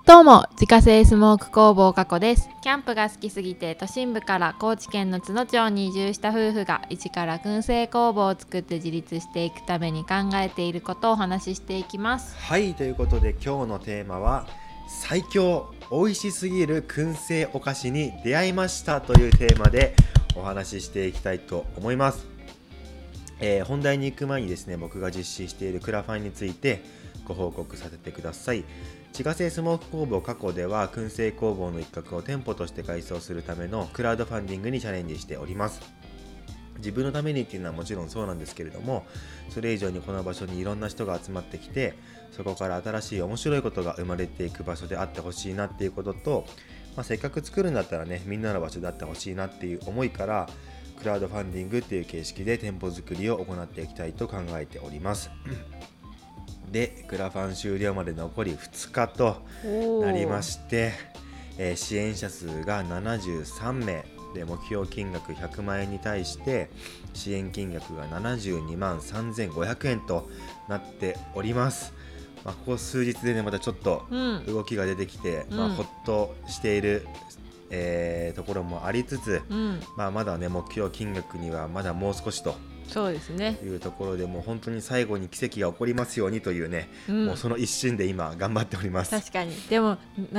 どうも、自家製スモーク工房加古です。キャンプが好きすぎて都心部から高知県の津野町に移住した夫婦が一から燻製工房を作って自立していくために考えていることをお話ししていきます。 はい、ということで今日のテーマは最強美味しすぎる燻製お菓子に出会いましたというテーマでお話ししていきたいと思います。本題に行く前にですね、僕が実施しているクラファンについてご報告させてください。自家製スモーク工房加古では燻製工房の一角を店舗として改装するためのクラウドファンディングにチャレンジしております。自分のためにっていうのはもちろんそうなんですけれども、それ以上にこの場所にいろんな人が集まってきて、そこから新しい面白いことが生まれていく場所であってほしいなっていうことと、せっかく作るんだったらね、みんなの場所であってほしいなっていう思いからクラウドファンディングっていう形式で店舗作りを行っていきたいと考えております。で、クラファン終了まで残り2日となりまして、支援者数が73名で、目標金額100万円に対して支援金額が72万3500円となっております。ここ数日でね、またちょっと動きが出てきて、ほっとしている、ところもありつつ、まだね、目標金額にはまだもう少しとそうですね。 いうところで、もう本当に最後に奇跡が起こりますようにというね、もうその一瞬で今頑張っております。 確かに。でも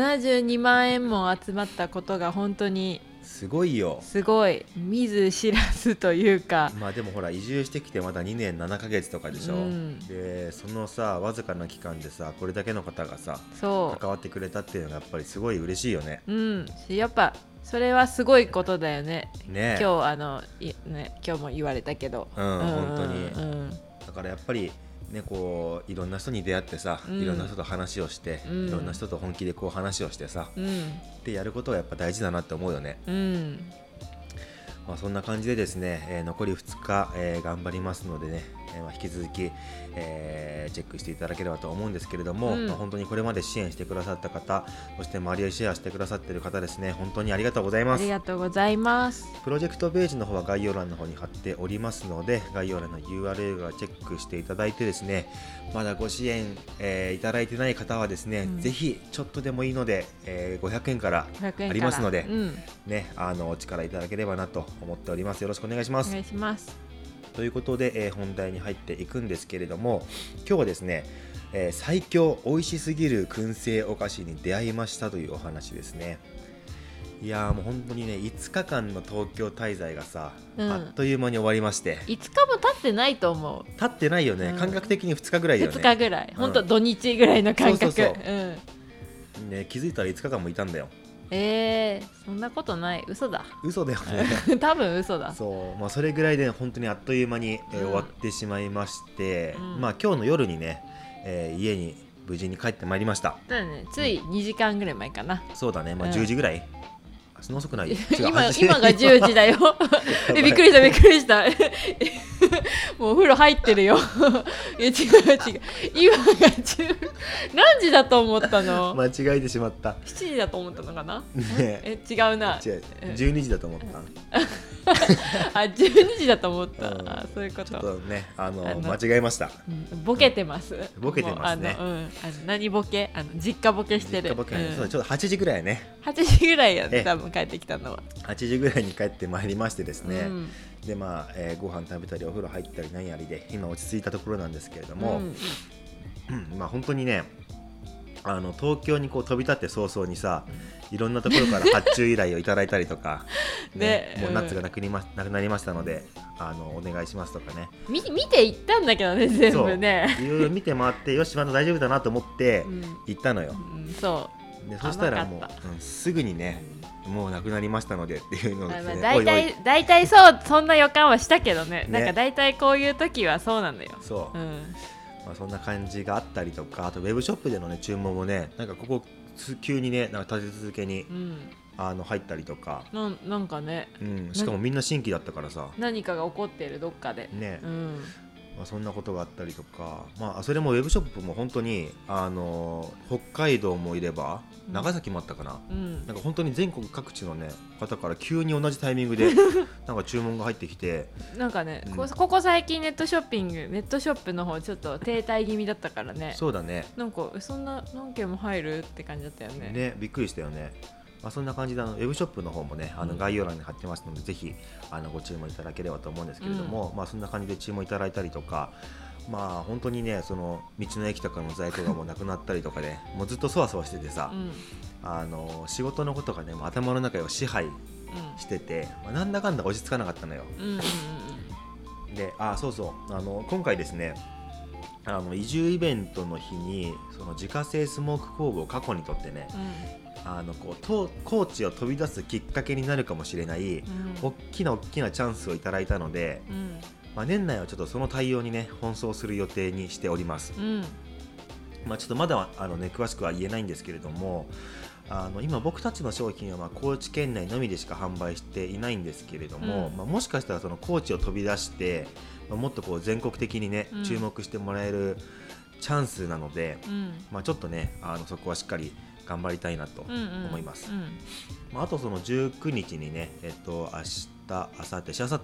72万円も集まったことが本当にすごいよ。 すごい見ず知らずというか、 でもほら、移住してきてまだ2年7ヶ月とかでしょ、でそのさ、わずかな期間でさ、これだけの方がさ関わってくれたっていうのがやっぱりすごい嬉しいよね。 やっぱそれはすごいことだよね。 ね、 今日も言われたけど、 本当に、だからやっぱりね、こういろんな人に出会ってさ、いろんな人と話をして、いろんな人と本気でこう話をしてさ、でやることがやっぱ大事だなって思うよね。そんな感じでですね、残り2日、頑張りますのでね、引き続き、チェックしていただければと思うんですけれども、本当にこれまで支援してくださった方、そして周りをシェアしてくださっている方ですね、本当にありがとうございます。 ありがとうございます。 プロジェクトページの方は概要欄の方に貼っておりますので、概要欄の URL からチェックしていただいてですね、まだご支援、いただいてない方はですね、ぜひちょっとでもいいので、500円からありますので、ね、お力いただければなと思っております。よろしくお願いします。 お願いします。 ということで、本題に入っていくんですけれども、今日はですね、最強美味しすぎる燻製お菓子に出会いましたというお話ですね。いやー、もう本当にね、5日間の東京滞在がさ、あっという間に終わりまして。 5日も経ってないと思う。 経ってないよね、感覚的に2日ぐらいよね。 2日ぐらい、本当土日ぐらいの感覚。 ね、気づいたら5日間もいたんだよ。 そんなことない。嘘だよね多分嘘だ。 そう、それぐらいで本当にあっという間に、終わってしまいまして、今日の夜にね、家に無事に帰ってまいりました。 だね、つい2時間ぐらい前かな。 そうだね、10時ぐらい。そんな遅くない？ 今が10時だよびっくりしたもうお風呂入ってるよ違う今が10何時だと思ったの？ 間違えてしまった。 7時だと思ったのかな、 ね、 違うな。 違う、12時だと思った 12時だと思った、そういうこと。 ちょっとね、間違えました。 ボケてます。 ボケてますね。 何ボケ？実家ボケしてる。 そう、ちょっと8時ぐらいね。 8時ぐらいやね、多分帰ってきたのは。 8時ぐらいに帰ってまいりましてですね、でご飯食べたりお風呂入ったり何やりで今落ち着いたところなんですけれども、本当にね、東京にこう飛び立って早々にさ、いろんなところから発注依頼をいただいたりとか、もうナッツがなくなりましたので、お願いしますとかね、 見て行ったんだけどね、全部ね。 いろいろ見て回って、よし、まだ大丈夫だなと思って行ったのよ。でそしたらもう、すぐにね、もうなくなりましたのでっていうのをですね、 大体そんな予感はしたけどね、なんか大体こういう時はそうなんだよ。 そう、そんな感じがあったりとか、あとウェブショップでのね、注文もね、なんかここ急にね、なんか立て続けに、入ったりとか、 なんかね、 しかもみんな新規だったからさ、 何かが起こってるどっかでね、 そんなことがあったりとか、それもウェブショップも本当に北海道もいれば長崎もあったかな、なんか本当に全国各地のね方から急に同じタイミングでなんか注文が入ってきてなんかね、ここ最近ネットショップの方ちょっと停滞気味だったからね。 そうだね、 なんかそんな何件も入るって感じだったよね。 びっくりしたよね。そんな感じでウェブショップの方もね概要欄に貼ってますので、ぜひご注文いただければと思うんですけれども、そんな感じで注文いただいたりとか、本当にねその道の駅とかの在庫がもうなくなったりとかでもうずっとそわそわしててさ、仕事のことがねもう頭の中を支配してて、なんだかんだ落ち着かなかったのよ。でそうそう今回ですね移住イベントの日にその自家製スモーク工房を過去にとってね、高知を飛び出すきっかけになるかもしれない、大きなチャンスをいただいたので、年内はちょっとその対応にね奔走する予定にしております。ちょっとまだ詳しくは言えないんですけれども、今僕たちの商品は高知県内のみでしか販売していないんですけれども、もしかしたらその高知を飛び出して、もっとこう全国的にね、注目してもらえるチャンスなので、ちょっとねそこはしっかり頑張りたいなと思います。あとその19日にね、明日、明後日、しあさって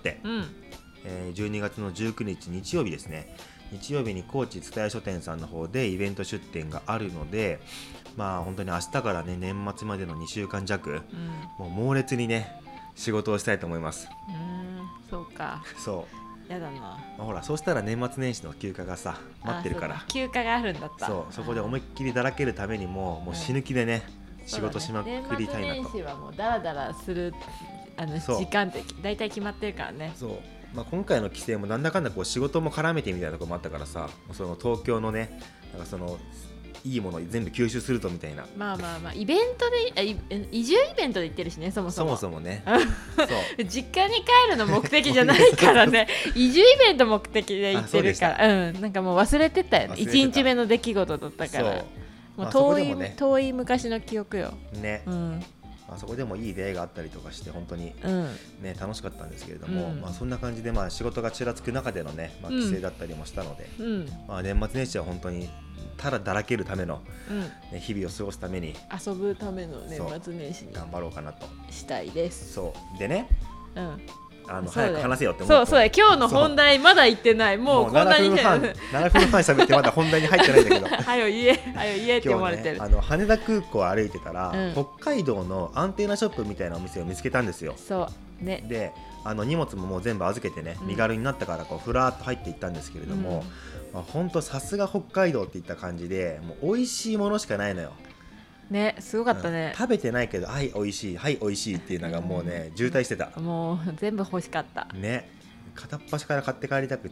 、12月の19日日曜日ですね。日曜日に高知蔦屋書店さんの方でイベント出店があるので、本当に明日からね年末までの2週間弱、もう猛烈にね仕事をしたいと思います。 そうか。 そうやだな。 ほらそうしたら年末年始の休暇がさ待ってるから。 休暇があるんだった。 そこで思いっきりだらけるためにもう死ぬ気でね、仕事しまくりたいなと。 年末年始はもうダラダラする時間って大体決まってるからね。そう。 今回の規制もなんだかんだこう仕事も絡めてみたいなところもあったからさ、その東京のねなんかそのいいものを全部吸収するとみたいな。 イベントで移住イベントで行ってるしね、そもそもねそう実家に帰るの目的じゃないからね移住イベント目的で行ってるから、なんかもう忘れてたよね。1日目の出来事だったから、もう遠い昔の記憶よね。 そこでもいい出会いがあったりとかして本当に、ね、楽しかったんですけれども、そんな感じで仕事がちらつく中でのね、規制だったりもしたので、年末年始は本当にただだらけるための、日々を過ごすために遊ぶための年末年始に頑張ろうかなとしたいです。 そうでね、早く話せよって思って。 そう今日の本題まだ言ってない。もうこんなに 7分半喋ってまだ本題に入ってないんだけどはよ言えって思われてる。 羽田空港を歩いてたら、北海道のアンテナショップみたいなお店を見つけたんですよ。 そうね。 で荷物ももう全部預けてね、身軽になったからこうふらっと入っていったんですけれども、本当さすが北海道っていった感じで、もう美味しいものしかないのよね。すごかったね。 食べてないけどはい美味しいはい美味しいっていうのがもうね、渋滞してた。 もう全部欲しかったね。片っ端から買って帰りたくって、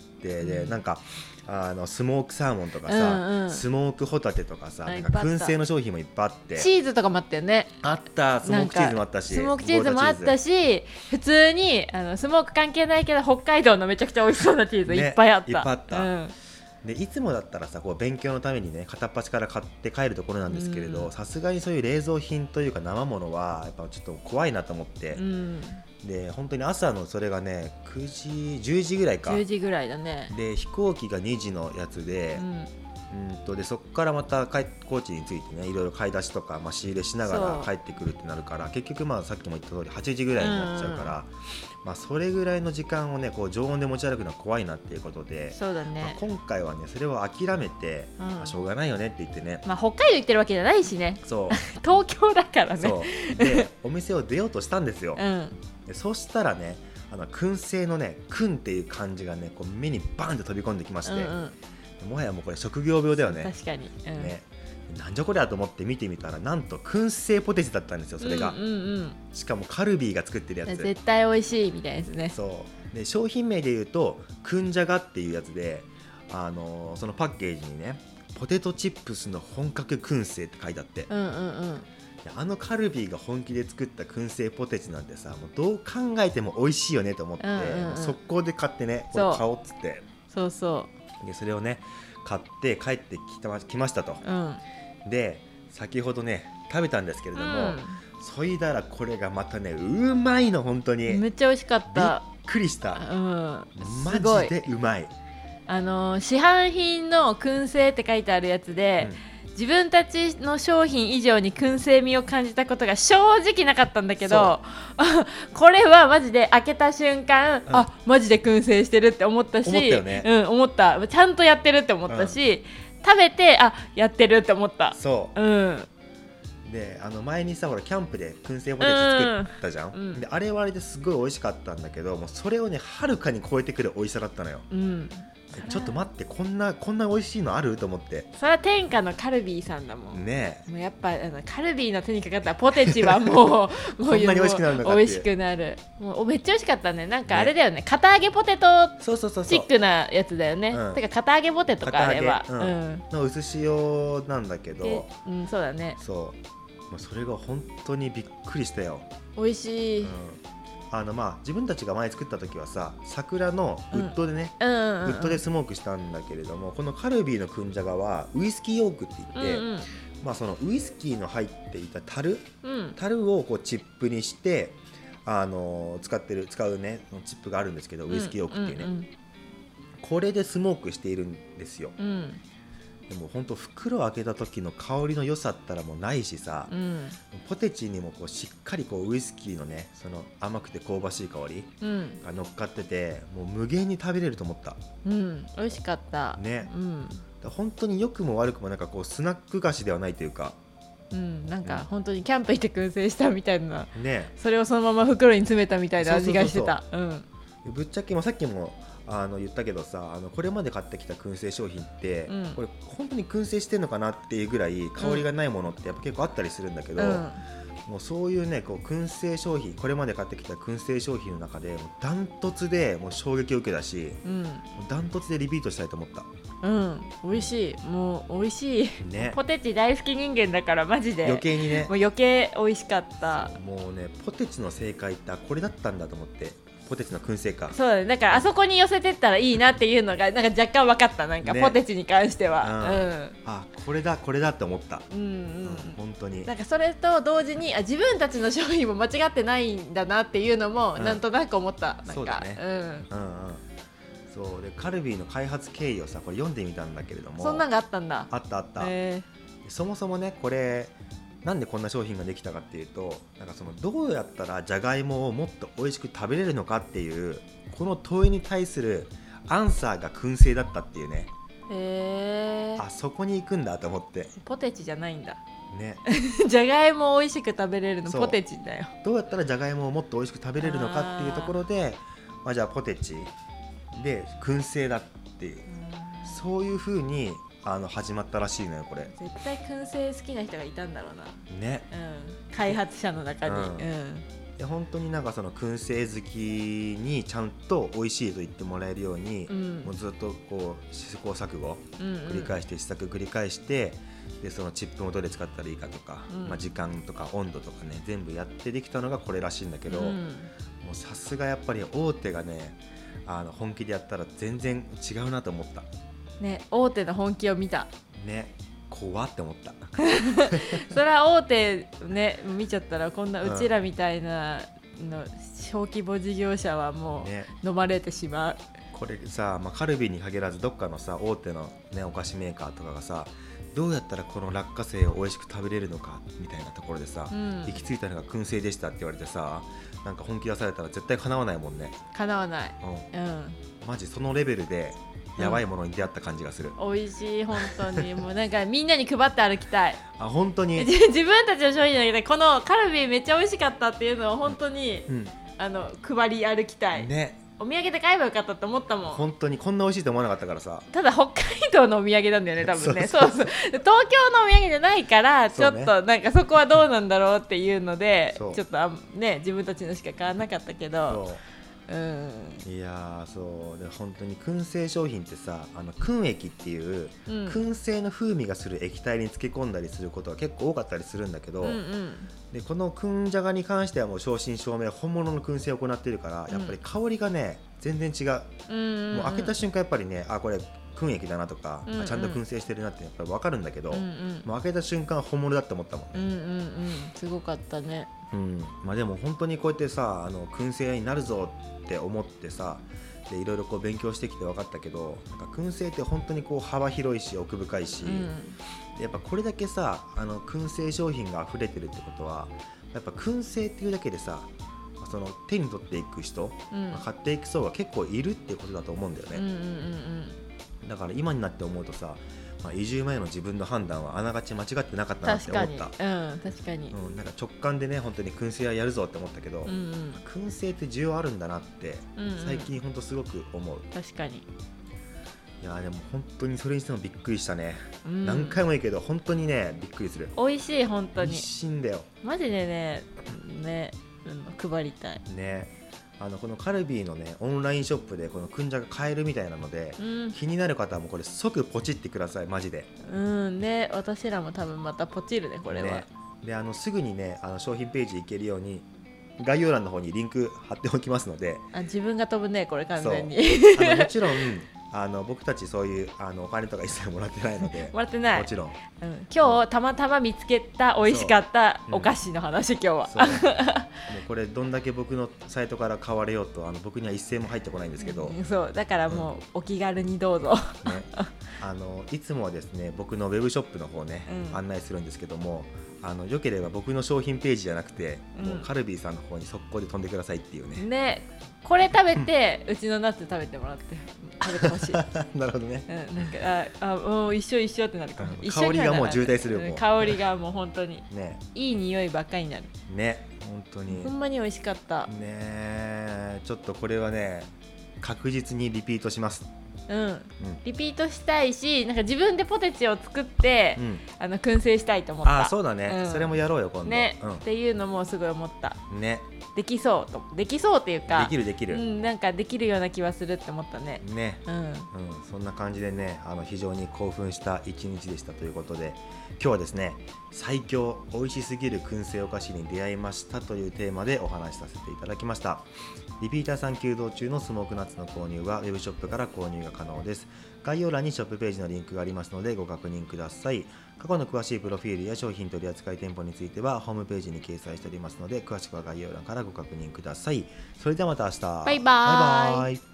でなんかスモークサーモンとかさ、スモークホタテとかさ、なんか燻製の商品もいっぱいあって、 チーズとかもあったよね。 あった。スモークチーズもあったし、 スモークチーズもあったし、普通にスモーク関係ないけど北海道のめちゃくちゃ美味しそうなチーズいっぱいあった。 いっぱいあった。でいつもだったらさこう勉強のためにね片っ端から買って帰るところなんですけれど、さすがにそういう冷蔵品というか生ものはやっぱちょっと怖いなと思って、で本当に朝のそれがね9時10時ぐらいか。 10時ぐらいだね。 で飛行機が2時のやつで、でそこからまた高知についてねいろいろ買い出しとか、仕入れしながら帰ってくるってなるから、結局さっきも言った通り8時ぐらいになっちゃうから、それぐらいの時間をねこう常温で持ち歩くのは怖いなっていうことで、 そうだね。 今回はねそれを諦めて、しょうがないよねって言ってね、 北海道行ってるわけじゃないしね。 そう東京だからね。 そうでお店を出ようとしたんですよ。でそしたらね燻製のね燻っていう漢字がねこう目にバンって飛び込んできまして、もはやもうこれ職業病だよね。 確かに、 ね、なんじゃこりゃと思って見てみたらなんと燻製ポテチだったんですよ。それが、しかもカルビーが作ってるやつ。 絶対美味しいみたいですね。 そうで商品名で言うとくんじゃがっていうやつで、そのパッケージにねポテトチップスの本格燻製って書いてあって、カルビーが本気で作った燻製ポテチなんてさもうどう考えても美味しいよねと思って、速攻で買ってねこれ買おうっつって、でそれをね買って帰ってきましたと、で先ほどね食べたんですけれども、そいだらこれがまたねうまいの。本当にめっちゃ美味しかった。 びっくりした、マジでうまい。 市販品の燻製って書いてあるやつで、自分たちの商品以上に燻製味を感じたことが正直なかったんだけどこれはマジで開けた瞬間、マジで燻製してるって思ったし、 思ったよね、 思った。ちゃんとやってるって思ったし、食べてやってるって思った。 そう、で前にさほらキャンプで燻製ポテチ作ったじゃん、であれはあれですごい美味しかったんだけど、もうそれをねはるかに超えてくる美味しさだったのよ、ちょっと待って、こんな美味しいのあると思って。 それは天下のカルビーさんだもんね。 もうやっぱカルビーの手にかかったポテチはもうこんなに美味しくなるのかって美味しくなる。もうめっちゃ美味しかったね。なんかあれだよね、片揚げポテトチックなやつだよね。てか片揚げポテトかあれは、 の薄塩なんだけど、 そうだね。 そう、それが本当にびっくりしたよ。 美味しい。 自分たちが前作った時はさ、桜のウッドでね、ウッドでスモークしたんだけれども、このカルビーのクンジャガはウイスキーオークって言って、そのウイスキーの入っていた樽をこうチップにして使うねチップがあるんですけど、ウイスキーオークっていうね、これでスモークしているんですよ。でも本当袋を開けた時の香りの良さったらもうないしさ、ポテチにもこうしっかりこうウイスキーのね、その甘くて香ばしい香りが乗っかってて、もう無限に食べれると思った。 美味しかったね。 本当に良くも悪くもなんかこうスナック菓子ではないというか、 なんか本当にキャンプ行って燻製したみたいな、それをそのまま袋に詰めたみたいな味がしてた。 ぶっちゃけさっきも言ったけどさ、これまで買ってきた燻製商品って、これ本当に燻製してんのかなっていうぐらい香りがないものってやっぱ結構あったりするんだけど、もうそういうねこう燻製商品、これまで買ってきた燻製商品の中でダントツでもう衝撃を受けたし、ダントツでリピートしたいと思った。 美味しい。もう美味しい、ポテチ大好き人間だからマジで余計にね、 もう余計美味しかった。 もうねポテチの正解ってこれだったんだと思って、ポテチの燻製か。 そうだね。だからあそこに寄せてったらいいなっていうのがなんか若干分かった。なんかポテチに関しては、 これだって思った。本当になんかそれと同時に自分たちの商品も間違ってないんだなっていうのもなんとなく思った。なんかそうだね。そうでカルビーの開発経緯をさこれ読んでみたんだけれども、 そんなんがあったんだ。 あった。そもそもねこれなんでこんな商品ができたかっていうと、なんかそのどうやったらじゃがいもをもっと美味しく食べれるのかっていうこの問いに対するアンサーが燻製だったっていうね。そこに行くんだと思って。 ポテチじゃないんだね。 じゃがいもを美味しく食べれるのポテチだよ。 どうやったらじゃがいもをもっと美味しく食べれるのかっていうところで、じゃあポテチで燻製だっていう、そういう風に始まったらしいのよこれ。 絶対燻製好きな人がいたんだろうなね、 開発者の中に。 で本当になんかその燻製好きにちゃんと美味しいと言ってもらえるように、もうずっとこう試行錯誤繰り返して試作繰り返して、でそのチップもどれ使ったらいいかとか、時間とか温度とかね全部やってできたのがこれらしいんだけど、もうさすがやっぱり大手がね本気でやったら全然違うなと思ったね。大手の本気を見たね。怖って思った。 それは大手ね見ちゃったらこんなうちらみたいなの小規模事業者はもう飲まれてしまう。 これさ、カルビーに限らずどっかのさ大手の、ね、お菓子メーカーとかがさ、どうやったらこの落花生を美味しく食べれるのかみたいなところでさ、行き着いたのが燻製でしたって言われてさ、なんか本気出されたら絶対叶わないもんね。 叶わない。 マジそのレベルでやばいものに出会った感じがする。 美味しい本当に。もうなんかみんなに配って歩きたい。 本当に自分たちの商品だけでこのカルビーめっちゃ美味しかったっていうのを本当に、配り歩きたいね。 お土産で買えばよかったって思ったもん。 本当にこんな美味しいと思わなかったからさ。 ただ北海道のお土産なんだよね多分ね。そう東京のお土産じゃないからちょっとなんかそこはどうなんだろうっていうのでちょっとね自分たちのしか買わなかったけど。 いやそうで本当に燻製商品ってさ燻液っていう、燻製の風味がする液体に漬け込んだりすることが結構多かったりするんだけど、でこの燻じゃがに関してはもう正真正銘本物の燻製を行っているから、やっぱり香りがね全然違う。もう開けた瞬間やっぱりねこれ燻液だなとか、ちゃんと燻製してるなってやっぱり分かるんだけど、もう開けた瞬間本物だって思ったもんね。 すごかったね。 でも本当にこうやってさ燻製になるぞって思ってさでいろいろこう勉強してきて分かったけど、なんか燻製って本当にこう幅広いし奥深いし、でやっぱこれだけさ燻製商品が溢れてるってことは、やっぱ燻製っていうだけでさ、その手に取っていく人、買っていく層が結構いるっていうことだと思うんだよね。だから今になって思うとさ、移住前の自分の判断はあながち間違ってなかったなって思った。 確かに、 なんか直感でね本当に燻製はやるぞって思ったけど、燻製って需要あるんだなって最近本当すごく思う。 確かに。 いやでも本当にそれにしてもびっくりしたね、何回もいいけど本当にねびっくりする。 美味しい、本当に美味しいんだよマジでね、配りたいね。このカルビーのねオンラインショップでこの燻茶が買えるみたいなので、気になる方はもうこれ即ポチってください、マジで。 ね、私らも多分またポチるねこれはね。 ですぐにね商品ページ行けるように概要欄の方にリンク貼っておきますので。 自分が飛ぶねこれ完全に。 もちろん僕たちそういうお金とか一切もらってないので。 もらってない、 もちろん、 今日たまたま見つけた美味しかったお菓子の話、今日はもうこれどんだけ僕のサイトから買われようと僕には一銭も入ってこないんですけど、 そうだからもうお気軽にどうぞ、 いつもはですね僕のウェブショップの方ね、案内するんですけども、よければ僕の商品ページじゃなくて、もうカルビーさんの方に速攻で飛んでくださいっていうね。 これ食べてうちのナッツ食べてもらって食べてほしい。 なるほどね。 なんかもう一緒ってなるかも。 香りがもう渋滞するよ。 香りがもう本当にね、 いい匂いばっかりになるね。本当にほんまに美味しかったね。ちょっとこれはね確実にリピートします。 リピートしたいし、なんか自分でポテチを作って、燻製したいと思った。 そうだね、それもやろうよ今度ね、っていうのもすごい思ったね。 できそうっていうか、 できる、 なんかできるような気はするって思ったね。 そんな感じでね非常に興奮した一日でしたということで、今日はですね最強美味しすぎる燻製お菓子に出会いましたというテーマでお話しさせていただきました。リピーターさん急増中のスモークナッツの購入はウェブショップから購入が可能です。概要欄にショップページのリンクがありますのでご確認ください。過去の詳しいプロフィールや商品取扱店舗についてはホームページに掲載しておりますので、詳しくは概要欄からご確認ください。それではまた明日。 バイバイ。